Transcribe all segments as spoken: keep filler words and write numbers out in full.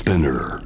Spinner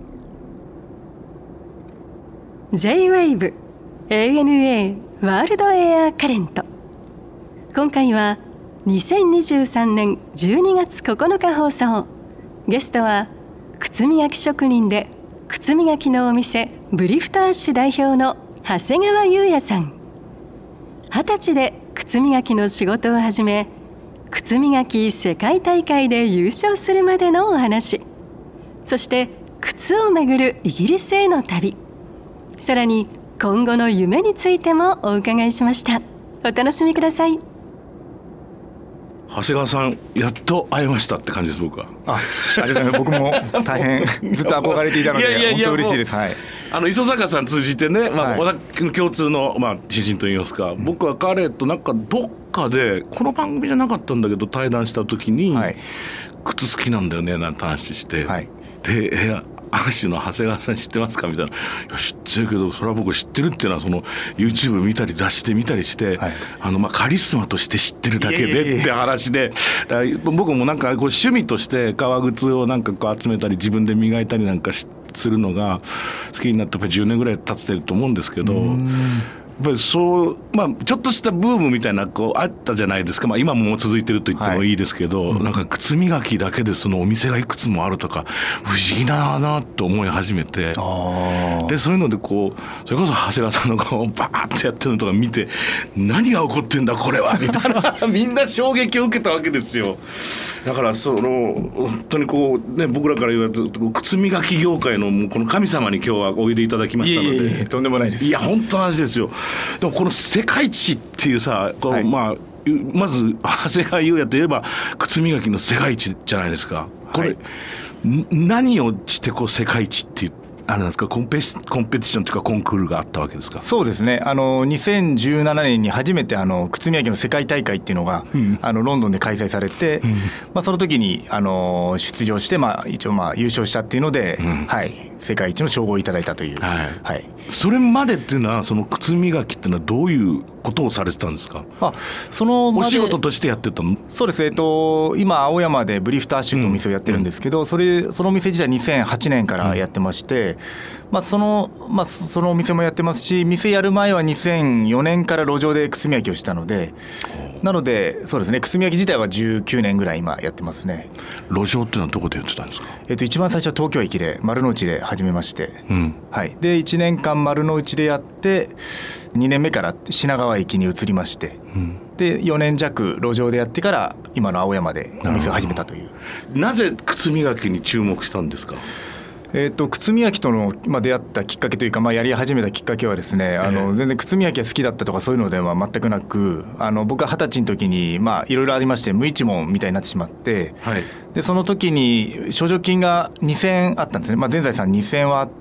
J-ウェーブ エーエヌエー ワールドエアカレント。今回はにせんにじゅうさんねんじゅうにがつここのか放送。ゲストは靴磨き職人で靴磨きのお店ブリフトアッシュ代表の長谷川裕也さん。はたちで靴磨きの仕事を始め、靴磨き世界大会で優勝するまでのお話、そして靴をめぐるイギリスへの旅、さらに今後の夢についてもお伺いしました。お楽しみください。 長谷川さん、やっと会えましたって感じです。僕はあありがとうございます。僕も大変ずっと憧れていたのでいやいやいや本当嬉しいです。はい、あの磯坂さん通じてね、まあ、 はい、 私の共通の、まあ、知人といいますか、うん、僕は彼となんかどっかでこの番組じゃなかったんだけど対談した時に、はい、靴好きなんだよねなんて話して、はい、でえアッシュの長谷川さん知ってますかみたいな。いや知ってるけど、それは僕知ってるっていうのはその YouTube 見たり雑誌で見たりして、はい、あのまあカリスマとして知ってるだけでって話で、だから僕もなんかこう趣味として革靴をなんかこう集めたり自分で磨いたりなんかするのが好きになってやっぱりじゅうねんぐらい経ってると思うんですけど、やっぱりそう、まあ、ちょっとしたブームみたいなこうあったじゃないですか、まあ、今も続いてると言ってもいいですけど、はい、なんか靴磨きだけでそのお店がいくつもあるとか不思議だなと思い始めて、でそういうのでこうそれこそ長谷川さんのこうバーッとやってるのとか見て、何が起こってんだこれはみたいなみんな衝撃を受けたわけですよ。だからその本当にこう、ね、僕らから言われると靴磨き業界のこの神様に今日はおいでいただきましたので、 いえいえとんでもないです。 いや本当の話ですよ。でもこの世界一っていうさ、こう、はい、まあまず長谷川裕也といえば靴磨きの世界一じゃないですか。これ、はい、何をしてこう世界一っていうあれなんですか、コンペコンペティションというかコンクールがあったわけですか。 そうですね、あのにせんじゅうななねんに初めてあの靴磨きの世界大会っていうのが、うん、あのロンドンで開催されて、うん、まあ、その時にあの出場して、まあ、一応まあ優勝したっていうので、うん、はい、世界一の称号をいただいたという、はいはい、 それまでっていうのはその靴磨きっていうのはどういうことをされてたんですか。 あそのお仕事としてやってたの。 そうです、えー、と今青山でブリフトアッシュというお店をやってるんですけど、うん、それそのお店自体にせんはちねんからやってまして、うん、まあ そのまあ、そのお店もやってますし、店やる前はにせんよねんから路上で靴磨きをしたので、なのでそうですね、靴磨き自体はじゅうきゅうねんぐらい今やってますね。 路上っていうのはどこでやってたんですか。 えー、と一番最初は東京駅で丸の内で始めまして、 うん、 はい、でいちねんかん丸の内でやってにねんめから品川駅に移りまして、うん、でよねん弱路上でやってから今の青山でお店を始めたという。 なぜ靴磨きに注目したんですか。 えー、と靴磨きとの、まあ、出会ったきっかけというか、まあ、やり始めたきっかけはですね、あの全然靴磨きが好きだったとかそういうのでは全くなく、あの僕は二十歳の時にまあいろいろありまして無一文みたいになってしまって、はい、でその時に奨助金がにせんえんあったんですね。まあ、全財産にせんえんはあって、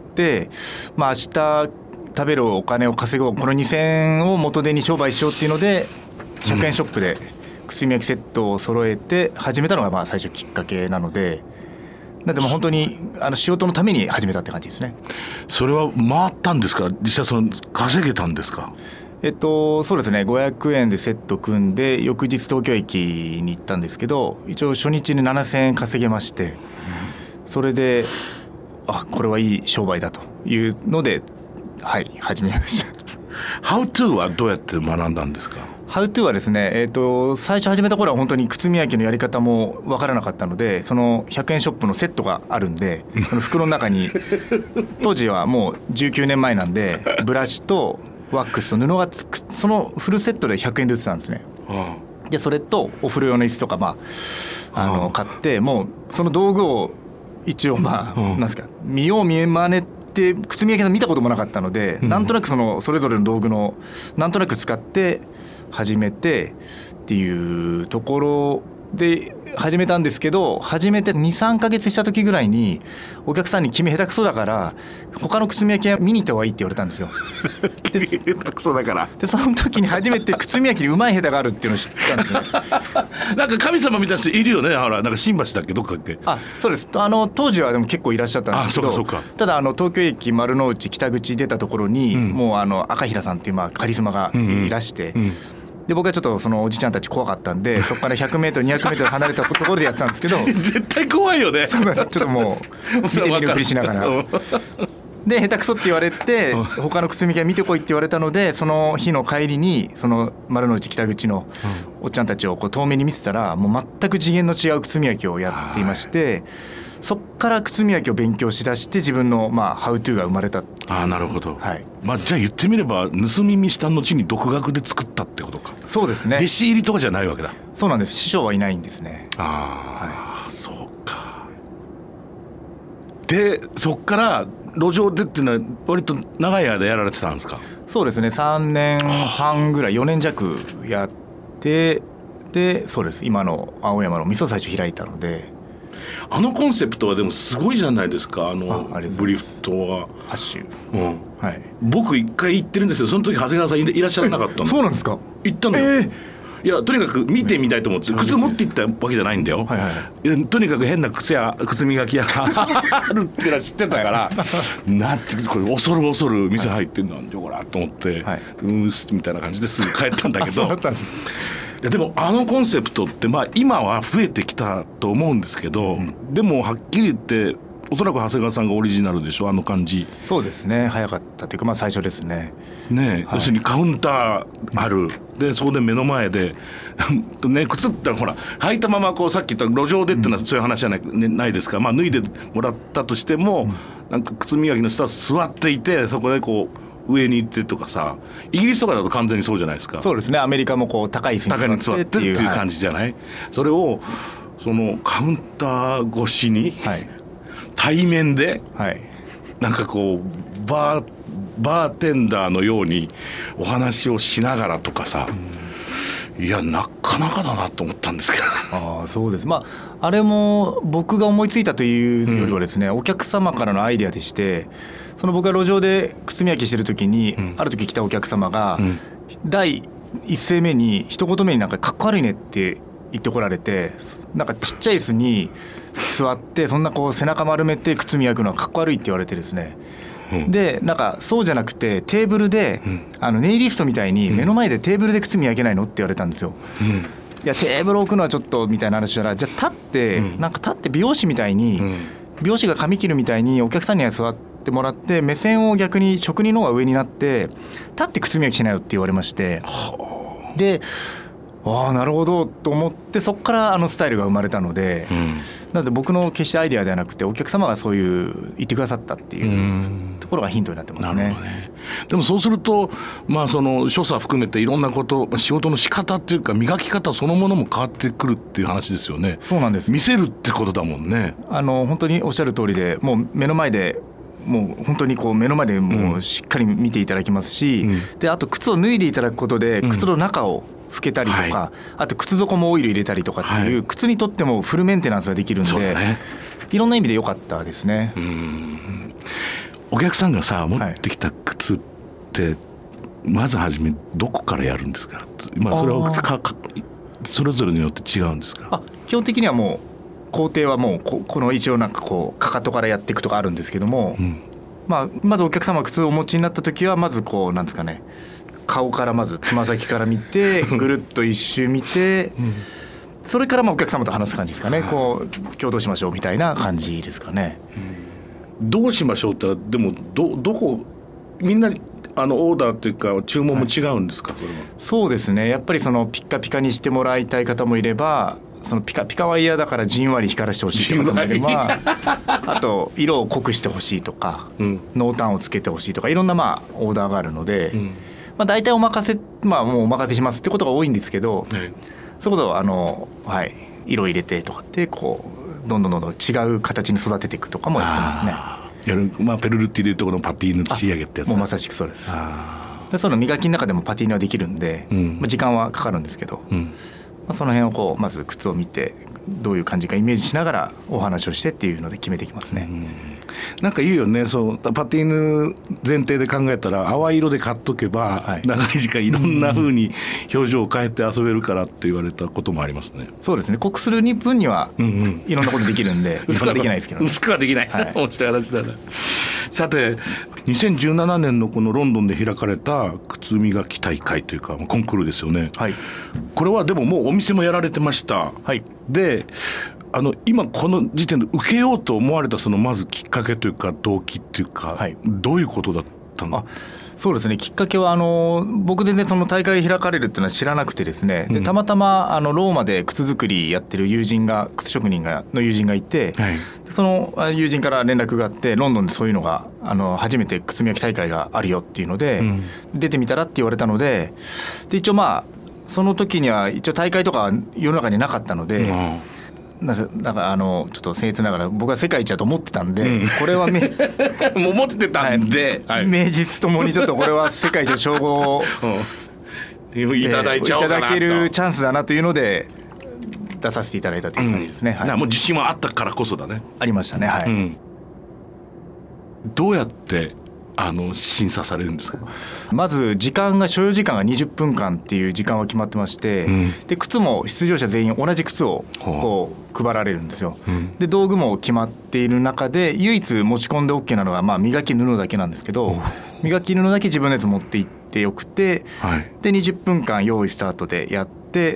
まあ、明日食べるお金を稼ごう、このにせんえんを元手に商売しようっていうのでひゃくえんショップで靴磨きセットを揃えて始めたのがまあ最初きっかけなので、なんでも本当にあの仕事のために始めたって感じですね。 それは回ったんですか。実際その稼げたんですか。 えっとそうですね、ごひゃくえんでセット組んで翌日東京駅に行ったんですけど、一応初日にななせんえん稼げまして、うん、それであこれはいい商売だというので、はい始めました。 How to はどうやって学んだんですか。 How to はですね、えー、と最初始めた頃は本当に靴磨きのやり方も分からなかったので、そのひゃくえんショップのセットがあるんで、その袋の中に当時はもうじゅうきゅうねんまえなんでブラシとワックスと布がつく、そのフルセットでひゃくえんで売ってたんですね。でそれとお風呂用の椅子とか、まあ、あの買って、もうその道具を一応まあなんですか、見よう見まねって靴磨きの見たこともなかったので、なんとなくそのそれぞれの道具のなんとなく使って始めてっていうところで始めたんですけど、始めて にさんかげつした時ぐらいにお客さんに君下手くそだから他の靴磨き屋見に行った方がいいって言われたんですよ。 君下手くそだからでその時に初めて靴磨きにうまい下手があるっていうのを知ったんですね。 なんか神様みたいな人いるよね。ほらなんか新橋だっけどっかだっけ。 あそうです、あの当時はでも結構いらっしゃったんですけど、 あそうかそうか。 ただあの東京駅丸の内北口出たところに、うん、もうあの赤平さんっていうまあカリスマがいらして、うんうん、 で僕はちょっとそのおじちゃんたち怖かったんでそこからひゃくメートルにひゃくメートル離れたところでやってたんですけど絶対怖いよね。 そうなんです。ちょっともう見て見ぬふりしながらで下手くそって言われて他の靴磨きは見てこいって言われたのでその日の帰りにその丸の内北口のおっちゃんたちをこう遠目に見てたらもう全く次元の違う靴磨きをやっていましてそっから靴磨きを勉強しだして自分のまあハウトゥーが生まれた。 ああなるほど、 はい。 まあ、じゃあ言ってみれば盗み見した後に独学で作ったってことか。 そうですね。 弟子入りとかじゃないわけだ。 そうなんです。師匠はいないんですね。 ああ、 はい、 そうか。でそっから路上でっていうのは割と長い間やられてたんですか。 そうですね。さんねんはんぐらいよねん弱やってでそうです今の青山の店を最初開いたので。 あのコンセプトはでもすごいじゃないですか。あのああブリフトはハッシュ、 うんはい、 僕一回行ってるんですよ。その時長谷川さんいらっしゃらなかったの。 そうなんですか。 行ったのよ、えー、いやとにかく見てみたいと思って靴持って行ったわけじゃないんだよ、はいはい、いやとにかく変な靴や靴磨き屋があるってのは知ってたからなんてこれ恐る恐る店入ってんなんでこらと思って、はい、うーすみたいな感じですぐ帰ったんだけどそうだったんです。いやでもあのコンセプトってまあ今は増えてきたと思うんですけど、うん、でもはっきり言っておそらく長谷川さんがオリジナルでしょあの感じ。 そうですね早かったというかまあ最初ですね。 ね、 はい、 要するにカウンターある、でそこで目の前でね靴ってほら履いたままこうさっき言った路上でっていうのはそういう話じゃない、ね、ないですか。まあ脱いでもらったとしても、うん、なんか靴磨きの人は座っていてそこでこう上に行ってとかさイギリスとかだと完全にそうじゃないですか。 そうですねアメリカもこう高い椅子に座ってっていう感じじゃない、はい、それをそのカウンター越しに、はい、対面で、はい、なんかこうバー、バーテンダーのようにお話をしながらとかさ、うん、いやなかなかだなと思ったんですけどああそうです。まああれも僕が思いついたというよりはですね、うん、お客様からのアイデアでしてその僕が路上で靴磨きしてる時に、うん、ある時来たお客様が、うん、第一声目に一言目になんかかっこ悪いねって言ってこられてなんかちっちゃい椅子に座ってそんなこう背中丸めて靴磨くのはかっこ悪いって言われてですね、うん、でなんかそうじゃなくてテーブルで、うん、あのネイリストみたいに目の前でテーブルで靴磨けないのって言われたんですよ、うん、いやテーブル置くのはちょっとみたいな話したらじゃあ立って、うん、なんか立って美容師みたいに、うん、美容師が髪切るみたいにお客さんには座ってってもらって目線を逆に職人の方が上になって立って靴磨きしなよって言われましてでああなるほどと思ってそこからあのスタイルが生まれたので、うん、なので僕の決してアイデアではなくてお客様がそういう言ってくださったっていうところがヒントになってますね。 なるほどね。でもそうするとまあその所作含めていろんなこと仕事の仕方っていうか磨き方そのものも変わってくるっていう話ですよね。 そうなんです。 見せるってことだもんね。 あの本当におっしゃる通りでもう目の前でもう本当にこう目の前でもうしっかり見ていただきますし、うん、であと靴を脱いでいただくことで靴の中を拭けたりとか、うんはい、あと靴底もオイル入れたりとかっていう、はい、靴にとってもフルメンテナンスができるんで、ね、いろんな意味で良かったですね。 うんお客さんがさ持ってきた靴って、はい、まずはじめどこからやるんですか。まあ、それはかかそれぞれによって違うんですか。 あ基本的にはもう工程はもう こ, この一応なんかこうかかとからやっていくとかあるんですけども、うんまあ、まずお客様が靴をお持ちになった時はまずこうなんですかね顔からまずつま先から見てぐるっと一周見て、うん、それからまあお客様と話す感じですかね。こう今日どうしましょうみたいな感じですかね。 うん、どうしましょうってでも ど, どこみんなあのオーダーっていうか注文も違うんですか。はい、それはそうですねやっぱりそのピッカピカにしてもらいたい方もいればそのピカピカは嫌だからじんわり光らせてほしいとかもいればあと色を濃くしてほしいとか、うん、濃淡をつけてほしいとかいろんなまあオーダーがあるので、うんまあ、大体お任せまあもうお任せしますってことが多いんですけど、はい、そういうことはあの、はい、色入れてとかってこうどんどんどんどん違う形に育てていくとかもやってますね。 やるまあ、ペルルッティでいうところのパティーヌ仕上げってやつ。 もうまさしくそうです。あでその磨きの中でもパティーヌはできるんで、うんまあ、時間はかかるんですけど、うんまあ、その辺をこうまず靴を見てどういう感じかイメージしながらお話をしてっていうので決めてきますね。うんなんか言うよね、そうパティーヌ前提で考えたら淡い色で買っとけば、はい、長い時間いろんな風に表情を変えて遊べるからって言われたこともありますね。 そうですね、濃くする分にはいろんなことできるんで、うんうん、薄くはできないですけど、ね、 薄くはできない、はい、面白い話だな。さてにせんじゅうななねんのこのロンドンで開かれた靴磨き大会というかコンクールですよね、はい、これはでももうお店もやられてました、はい、であの今この時点で受けようと思われたそのまずきっかけというか動機っていうか、はい、どういうことだったの？ あそうですね、きっかけはあの僕全然その大会開かれるっていうのは知らなくてですね、でたまたまあのローマで靴作りやってる友人が靴職人がの友人がいて、はい、その友人から連絡があってロンドンでそういうのがあの初めて靴磨き大会があるよっていうので、うん、出てみたらって言われたので、で一応まあその時には一応大会とか世の中になかったので、うんなんかあのちょっと僭越ながら僕は世界一だと思ってたんで、うん、これはめもう思ってたんで、 はい、名実ともにちょっとこれは世界一の称号を、 うん、いただいちゃおうかなと、 いただけるチャンスだなというので出させていただいたという感じですね、 うんはい、もう自信はあったからこそだね。 ありましたね、はい、うん、 どうやってあの審査されるんですか？ まず時間が所要時間がにじゅっぷんかんっていう時間は決まってまして、うん、で靴も出場者全員同じ靴をこう配られるんですよ、うん、で道具も決まっている中で唯一持ち込んで OK なのはまあ磨き布だけなんですけど、磨き布だけ自分のやつ持って行ってよくて、はい、でにじゅっぷんかん用意スタートでやって、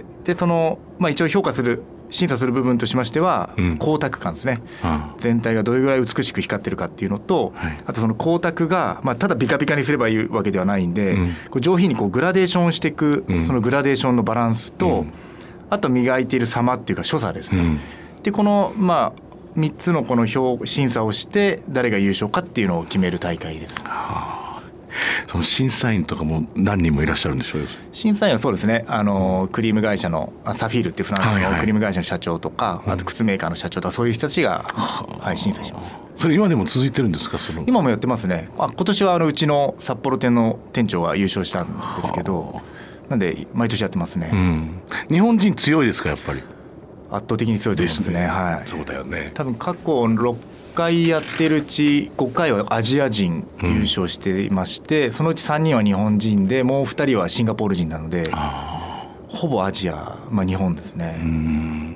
でその、まあ、一応評価する審査する部分としましては、うん、光沢感ですね、うん、全体がどれぐらい美しく光ってるかっていうのと、はい、あとその光沢が、まあ、ただビカビカにすればいいわけではないんで、うん、こう上品にこうグラデーションしていく、うん、そのグラデーションのバランスと、うん、あと磨いている様っていうか所作ですね、うん、でこのまあみっつのこの評審査をして誰が優勝かっていうのを決める大会です。はあ、 その審査員とかも何人もいらっしゃるんでしょうよ。 審査員はそうですね、あのクリーム会社のサフィールっていうフランスのクリーム会社の社長とか、はいはい、あと靴メーカーの社長とかそういう人たちが、うんはい、審査します。 それ今でも続いてるんですか？その今もやってますね。あ今年はあのうちの札幌店の店長が優勝したんですけど、なんで毎年やってますね、うん、 日本人強いですか？やっぱり圧倒的に強いと思いますね。はい、 そうだよね。 多分過去ろっかいやってるうちごかいはアジア人優勝していまして、うん、そのうちさんにんは日本人でもうふたりはシンガポール人なのでほぼアジア、まあ、日本ですね。 うん、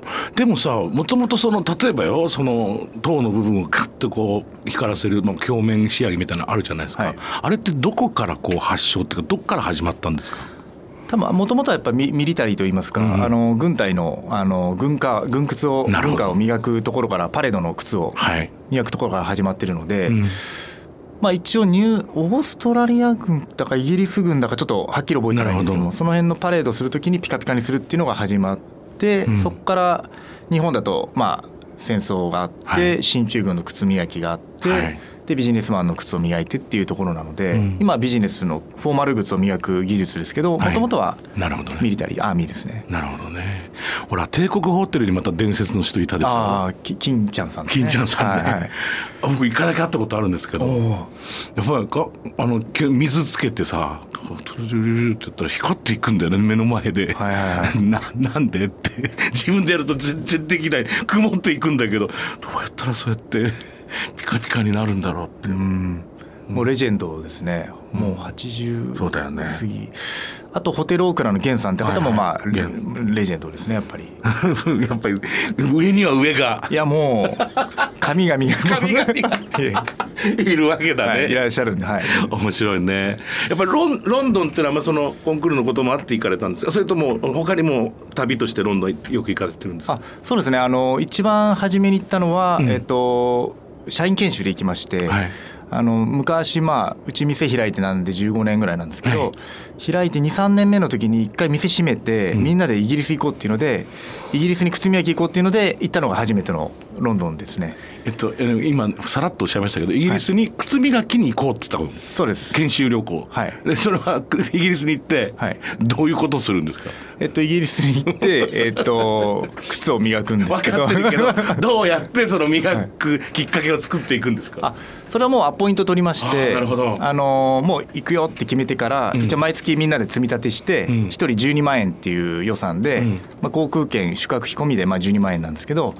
でもさもともとその例えばよその塔の部分をカッとこう光らせるの鏡面仕上げみたいなのあるじゃないですか、はい、あれってどこからこう発祥っていうかどこから始まったんですか？ 多分もともとはやっぱミリタリーといいますか、うん、あの軍隊の、あの軍化軍靴を軍化を磨くところからパレードの靴を磨くところから始まってるので、はいうんまあ、一応ニューオーストラリア軍だかイギリス軍だかちょっとはっきり覚えてないんですけども、その辺のパレードするときにピカピカにするっていうのが始まって、うん、そこから日本だとまあ戦争があって、はい、進駐軍の靴磨きがあって、はいでビジネスマンの靴を磨いてっていうところなので、うん、今はビジネスのフォーマル靴を磨く技術ですけどもともとはミリタリー、ね、アーミーですね。 なるほどね。ほら帝国ホテルにまた伝説の人いたでしょ。 ああ金ちゃんさんですね。 金ちゃんさんね、はいはい、僕一回だけ会ったことあるんですけどやっぱりかあの水つけてさトゥルルルルって言ったら光っていくんだよね目の前で、はいはいはい、な, なんでって自分でやると全然できない曇っていくんだけどどうやったらそうやってピカピカになるんだろうって。うんもうレジェンドですね、うん、もうはちじゅうそうだよね過ぎ。あとホテルオークラのゲンさんって方もまあ、はいはい、レジェンドですねやっぱりやっぱり上には上がいやもう神々が神々がいるわけだね、 はい、いらっしゃるんで、はい、 面白いね。やっぱり ロン, ロンドンっていうのはまあそのコンクールのこともあって行かれたんですか？それとも他にも旅としてロンドンよく行かれてるんですか？ あそうですね、あの一番初めに行ったのは、うんえー、と社員研修で行きまして、はいあの昔まあうち店開いてなんでじゅうごねんぐらいなんですけど、はい、開いて にさんねんめの時にいっかい店閉めて、うん、みんなでイギリス行こうっていうのでイギリスに靴磨き行こうっていうので行ったのが初めてのロンドンですね。 えっと今さらっとおっしゃいましたけどイギリスに靴磨きに行こうって言った、はい、 そうです研修旅行、はい、でそれはイギリスに行って、はい、どういうことするんですか？ えっとイギリスに行ってえっと靴を磨くんですけど分かってるけどどうやってその磨くきっかけを作っていくんですか？ あそれはもうアポイント取りましてあなるほどあのもう行くよって決めてから、うん、じゃ毎月みんなで積み立てして、うん、ひとりじゅうにまんえんっていう予算で、うんまあ、航空券宿泊費込みでまあじゅうにまんえんなんですけど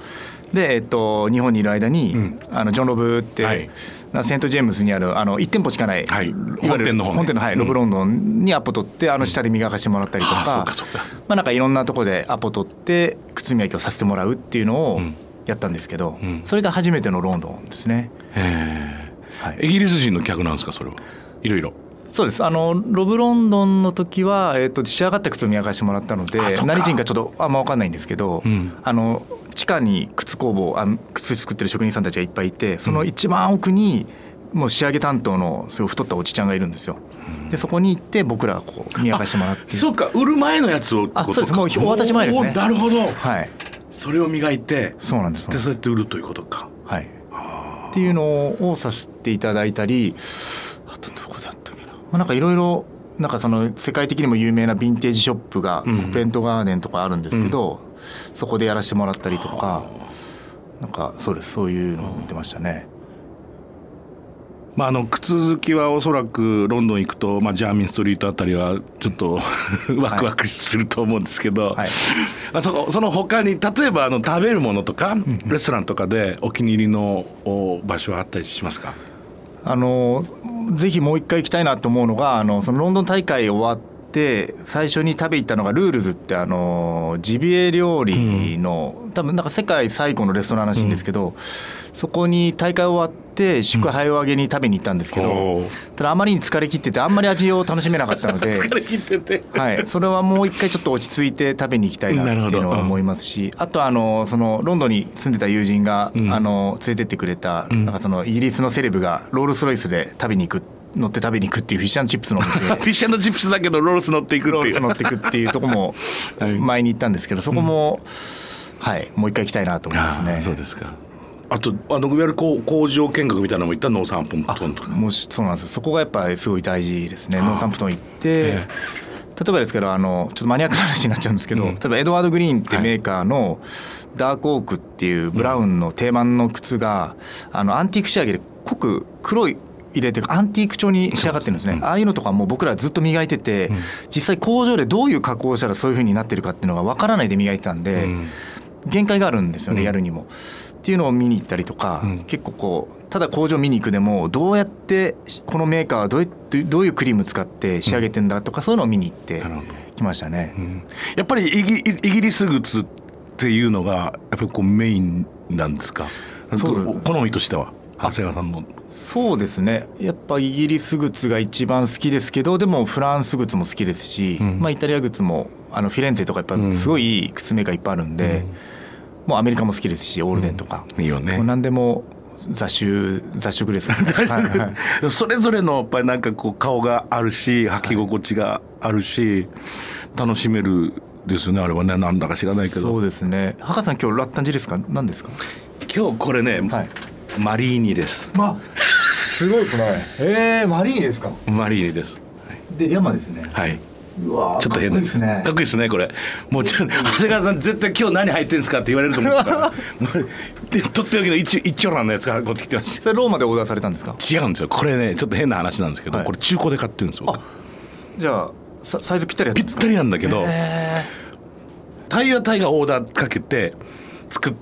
で、えっと、日本にいる間に、うん、あのジョン・ロブって、はい、セント・ジェームズにあるあのいってんぽしかない、 はい、本店の方、ね、 本店の、はい、ロブロンドンにアポ取ってあの下で磨かしてもらったりとか、まあ、なんかいろんなとこでアポ取って靴磨きをさせてもらうっていうのをやったんですけど、うん、それが初めてのロンドンですね。 へー、はい、イギリス人の客なんですかそれは。いろいろ。 そうです。あのロブロンドンの時は、えー、と仕上がった靴を磨かしてもらったので何人かちょっとあんま分かんないんですけど、うん、あの地下に靴工房あ靴作ってる職人さんたちがいっぱいいて、その一番奥にもう仕上げ担当のすごい太ったおじちゃんがいるんですよ。でそこに行って僕らこう磨かしてもらって。 そうか、売る前のやつを。 あ、そうです。もうお渡し前ですね。 なるほど、 はい、 それを磨いて。 そうなんです。 でそうやって売るということか。 はい、っていうのをさせていただいたり、あとどこだったっけな、まあ、なんかいろいろなんかその世界的にも有名なヴィンテージショップが、うん、ペントガーデンとかあるんですけど、うん、そこでやらせてもらったりとか、なんかそうです、そういうのを言ってましたね。 まあ、あの靴好きはおそらくロンドン行くと、まあ、ジャーミンストリートあたりはちょっとワクワクすると思うんですけど、はいはい、まあ、その、その他に例えばあの食べるものとかレストランとかでお気に入りの場所はあったりしますか？ あのぜひもう一回行きたいなと思うのが、あのそのロンドン大会終わって最初に食べ行ったのがルールズってあのジビエ料理の、うん、多分なんか世界最古のレストランらしいんですけど、うん、そこに大会終わって祝杯を挙げに食べに行ったんですけど、うん、ただあまりに疲れ切っててあんまり味を楽しめなかったので疲れ切ってて、 はい、それはもう一回ちょっと落ち着いて食べに行きたいなっていうのは思いますし、あとあのそのロンドンに住んでた友人が、うん、あの連れてってくれた、うん、なんかそのイギリスのセレブがロールスロイスで食べに行く乗って食べに行くっていうフィッシュ&チップスのお店フィッシュ&チップスだけどロールス乗っていくっていうロールス乗っていくっていうとこも前に行ったんですけど、そこも、うん、はい、もう一回行きたいなと思いますね。 あ、そうですか。あとあのいわゆる工場見学みたいなのも行った農産プトンとか。 もしそうなんです。そこがやっぱりすごい大事ですね。農産プトン行って、えー、例えばですけどあのちょっとマニアックな話になっちゃうんですけど、うん、例えばエドワード・グリーンってメーカーのダークオークっていうブラウンの定番の靴が、うん、あのアンティーク仕上げで濃く黒い入れてアンティーク調に仕上がってるんですね。ああいうのとかも僕らずっと磨いてて、うん、実際工場でどういう加工をしたらそういう風になってるかっていうのが分からないで磨いてたんで、うん、限界があるんですよね、うん、やるにもっていうのを見に行ったりとか、うん、結構こうただ工場見に行くでもどうやってこのメーカーはどういう、どういうクリーム使って仕上げてんだとか、うん、そういうのを見に行ってきましたね、うん、 やっぱりイギ、イギリス靴っていうのがやっぱりこうメインなんですか？そう好みとしては長谷川さんの。 そうですね、やっぱイギリス靴が一番好きですけど、でもフランス靴も好きですし、うん、まあ、イタリア靴もあのフィレンツェとかやっぱすごいいい靴メーカーいっぱいあるんで、うん、もうアメリカも好きですしオールデンとか、 うん、いいよね。 もう何でも雑種雑食です、ねはいはい、 それぞれのやっぱりなんかこう顔があるし履き心地があるし、はい、楽しめるですよね、あれはね。なんだか知らないけど。 そうですね。博さん今日ラッタンジですか？何ですか？ 今日これね、はい、マリーニです。 まあ、すごいですね。えー、マリーニですか？ マリーニです、 はい、でリャマですね。 はい。 うわちょっと変ですね。かっこいいですねこれ。もうちょ長谷川さん絶対今日何入ってるんですかって言われると思ったからでとっておきの一一丁羅のやつが持ってきてました。 それローマでオーダーされたんですか？ 違うんですよこれね。ちょっと変な話なんですけど、はい、これ中古で買ってるんですよ。 あ、じゃあサイズぴったりやったんですか？ ぴったりなんだけど、タイヤタイがオーダーかけて作って、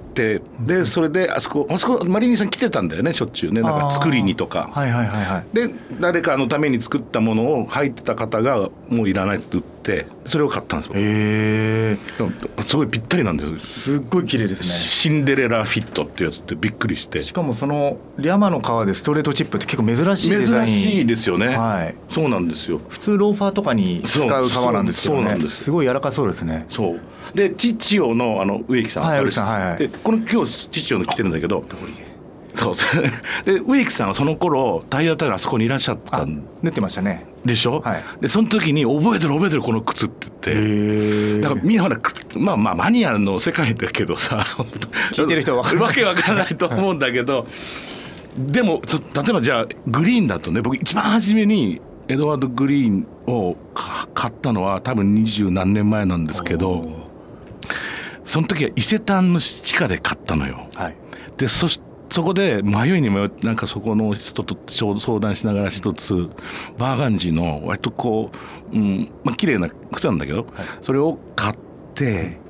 でそれであそこあそこマリーニさん来てたんだよね、しょっちゅうね。なんか作りにとか、 はいはいはいはい、 で誰かのために作ったものを入ってた方がもういらないって売ってそれを買ったんですよ。 へー、すごいぴったりなんです。 すっごい綺麗ですね。 シンデレラフィットってやつってびっくりして、 しかもそのリャマの革でストレートチップって結構珍しいデザイン。 珍しいですよね、 はい、 そうなんですよ。 普通ローファーとかに使う革なんですけどね。そうなんです。すごい柔らかそうですね。 そうでチッチオのあの植木さん、 はい、植木さん、はいはい、 でこの今日チッチオの来てるんだけど、そうで植木さんはその頃タイヤタイがあそこにいらっしゃったん縫ってましたね。 でしょ、 はい、 でその時に覚えてる覚えてるこの靴って言って、だからみんなほらまあまあマニアの世界だけどさ聞いてる人は分かんないわけわからないと思うんだけどでも例えばじゃあグリーンだとね、僕一番初めにエドワード・グリーンを買ったのは多分二十何年前なんですけど、その時は伊勢丹の地下で買ったのよ、はい、で そ, そこで迷いに迷ってなんかそこの人と相談しながら一つバーガンジーの割とこう、うんまあ綺麗な靴なんだけど、はい、それを買って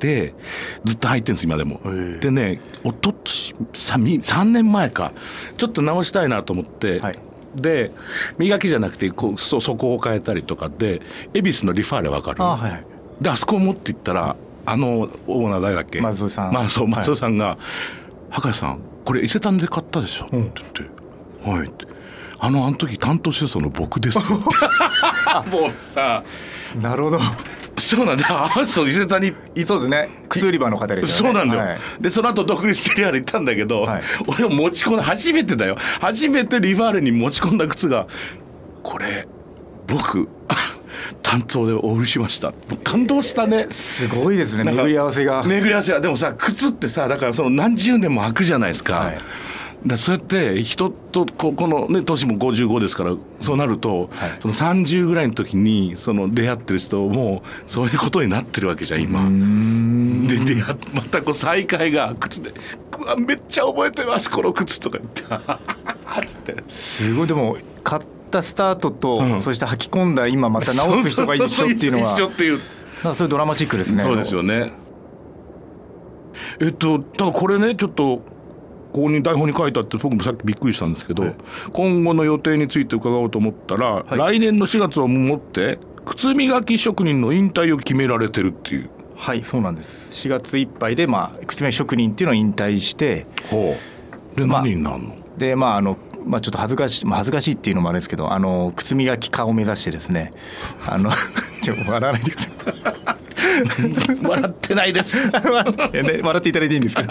でずっと履いてるんです今でも。でねおととしさんねんまえかちょっと直したいなと思って、はい、で磨きじゃなくてこうそ底を変えたりとかで恵比寿のリファーレ分かる？あ、はい、であそこを持っていったらあのオーナー誰だっけ松尾さん、 まあ、そう松尾さんが「博士さんこれ伊勢丹で買ったでしょ」って言って「はい」って「あのあの時担当してたの僕ですよ」もうさなるほどそうなんだあそう伊勢丹にそうですね靴売り場の方ですよね。 そうなんだよ、 はい、 でその後独立してリファーレ行ったんだけど、はい、俺を持ち込んだ初めてだよ初めてリファーレに持ち込んだ靴がこれ僕担当でお売りしました。感動したね。 すごいですね巡り合わせが巡り合わせがでもさ靴ってさだからその何十年も履くじゃないですか、はい、だそうやって人とここのね年もごじゅうごですからそうなると、はい、そのさんじゅうぐらいの時にその出会ってる人もそういうことになってるわけじゃん今。で出会またこう再会が靴でうわめっちゃ覚えてますこの靴とか言ってつってすごい。でも買ったスタートと、うん、そして履き込んだ今また直す人が一緒っていうのは一緒っていうなんかそういうドラマチックですね。 そうですよね。えっとただこれねちょっとここに台本に書いてあって僕もさっきびっくりしたんですけど、はい、今後の予定について伺おうと思ったら、はい、来年のしがつをもって靴磨き職人の引退を決められてるっていう。 はいそうなんです。しがついっぱいで、まあ、靴磨き職人っていうのを引退してほうで、まあ、何になるのでまああのまあ、ちょっと恥ずかしい、まあ、恥ずかしいっていうのもあれですけどあの靴磨き家を目指してですねあのちょ笑わないでください笑ってないです笑っていただいていいんですけど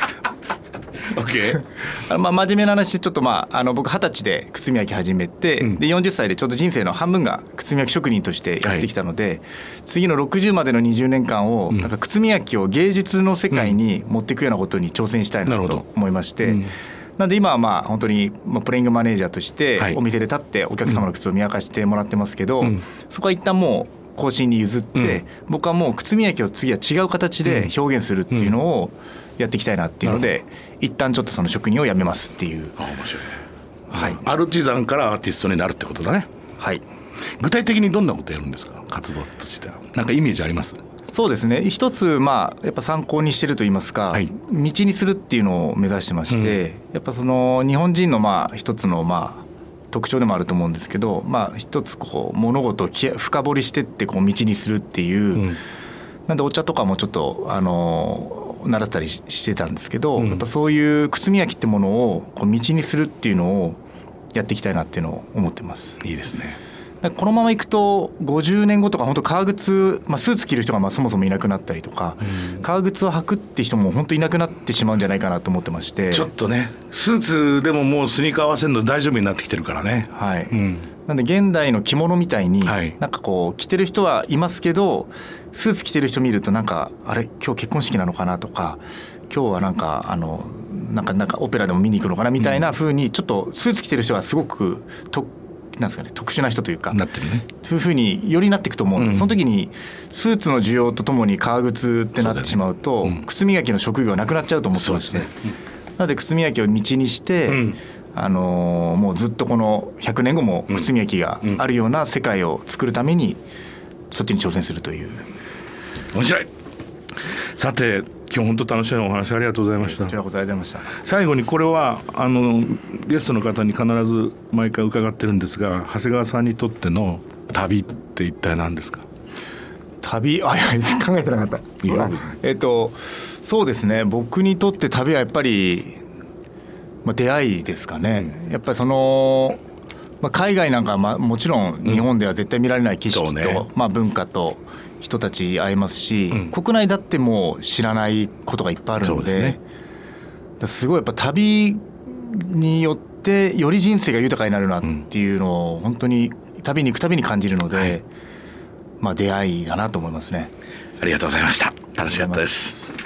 Okay. まあ真面目な話でちょっとまああの僕二十歳で靴磨き始めて、うん、でよんじゅっさいでちょうど人生の半分が靴磨き職人としてやってきたので、はい、次のろくじゅうまでのにじゅうねんかんをなんか靴磨きを芸術の世界に持っていくようなことに挑戦したいなと思いまして、うん、なんで今はまあ本当にプレイングマネージャーとしてお店で立ってお客様の靴を磨かしてもらってますけど、うん、そこは一旦もう後進に譲って、うん、僕はもう靴磨きを次は違う形で表現するっていうのをやっていきたいなっていうので、うん、一旦ちょっとその職人を辞めますっていう。 あ、面白い、はい、アルチザンからアーティストになるってことだね。 はい。 具体的にどんなことやるんですか活動としては。なんかイメージあります？ そうですね一つまあやっぱ参考にしてると言いますか、はい、道にするっていうのを目指してまして、うん、やっぱその日本人のまあ一つのまあ特徴でもあると思うんですけど、まあ一つこう物事を深掘りしてってこう道にするっていう、うん、なんでお茶とかもちょっとあの習ったりしてたんですけど、うん、やっぱそういう靴磨きってものをこう道にするっていうのをやっていきたいなっていうのを思ってます。 いいですね。 このままいくとごじゅうねんごとか本当革靴、まあ、スーツ着る人がまあそもそもいなくなったりとか、うん、革靴を履くって人も本当いなくなってしまうんじゃないかなと思ってまして。 ちょっとねスーツでももうスニーカー合わせるの大丈夫になってきてるからね。 はい、うん、なんで現代の着物みたいに、はい、なんかこう着てる人はいますけどスーツ着てる人見るとなんかあれ今日結婚式なのかなとか今日はなんかあのなんかなんかオペラでも見に行くのかなみたいな風にちょっとスーツ着てる人がすごくとなんですかね、特殊な人というかなってるねというふうによりなっていくと思うので、うん、その時にスーツの需要とともに革靴ってなってしまうとう、ねうん、靴磨きの職業がなくなっちゃうと思ってまして、ねうん、なので靴磨きを道にして、うん、あのー、もうずっとこのひゃくねんごも靴磨きがあるような世界を作るためにそっちに挑戦するという。 面白い。さて今日本当楽しいお話ありがとうございました。 こちらこそありがとうございました。 最後にこれはあのゲストの方に必ず毎回伺ってるんですが長谷川さんにとっての旅って一体何ですか？ 旅あいや考えてなかった。いやえっとそうですね僕にとって旅はやっぱり、まあ、出会いですかね、うん、やっぱりその、まあ、海外なんかは、まあ、もちろん日本では絶対見られない景色と、うんねまあ、文化と人たち会えますし、うん、国内だってもう知らないことがいっぱいあるの で, で、ね、すごいやっぱ旅によってより人生が豊かになるなっていうのを本当に旅に行くたびに感じるので、はいまあ、出会いだなと思いますね。 ありがとうございました。楽しかったです。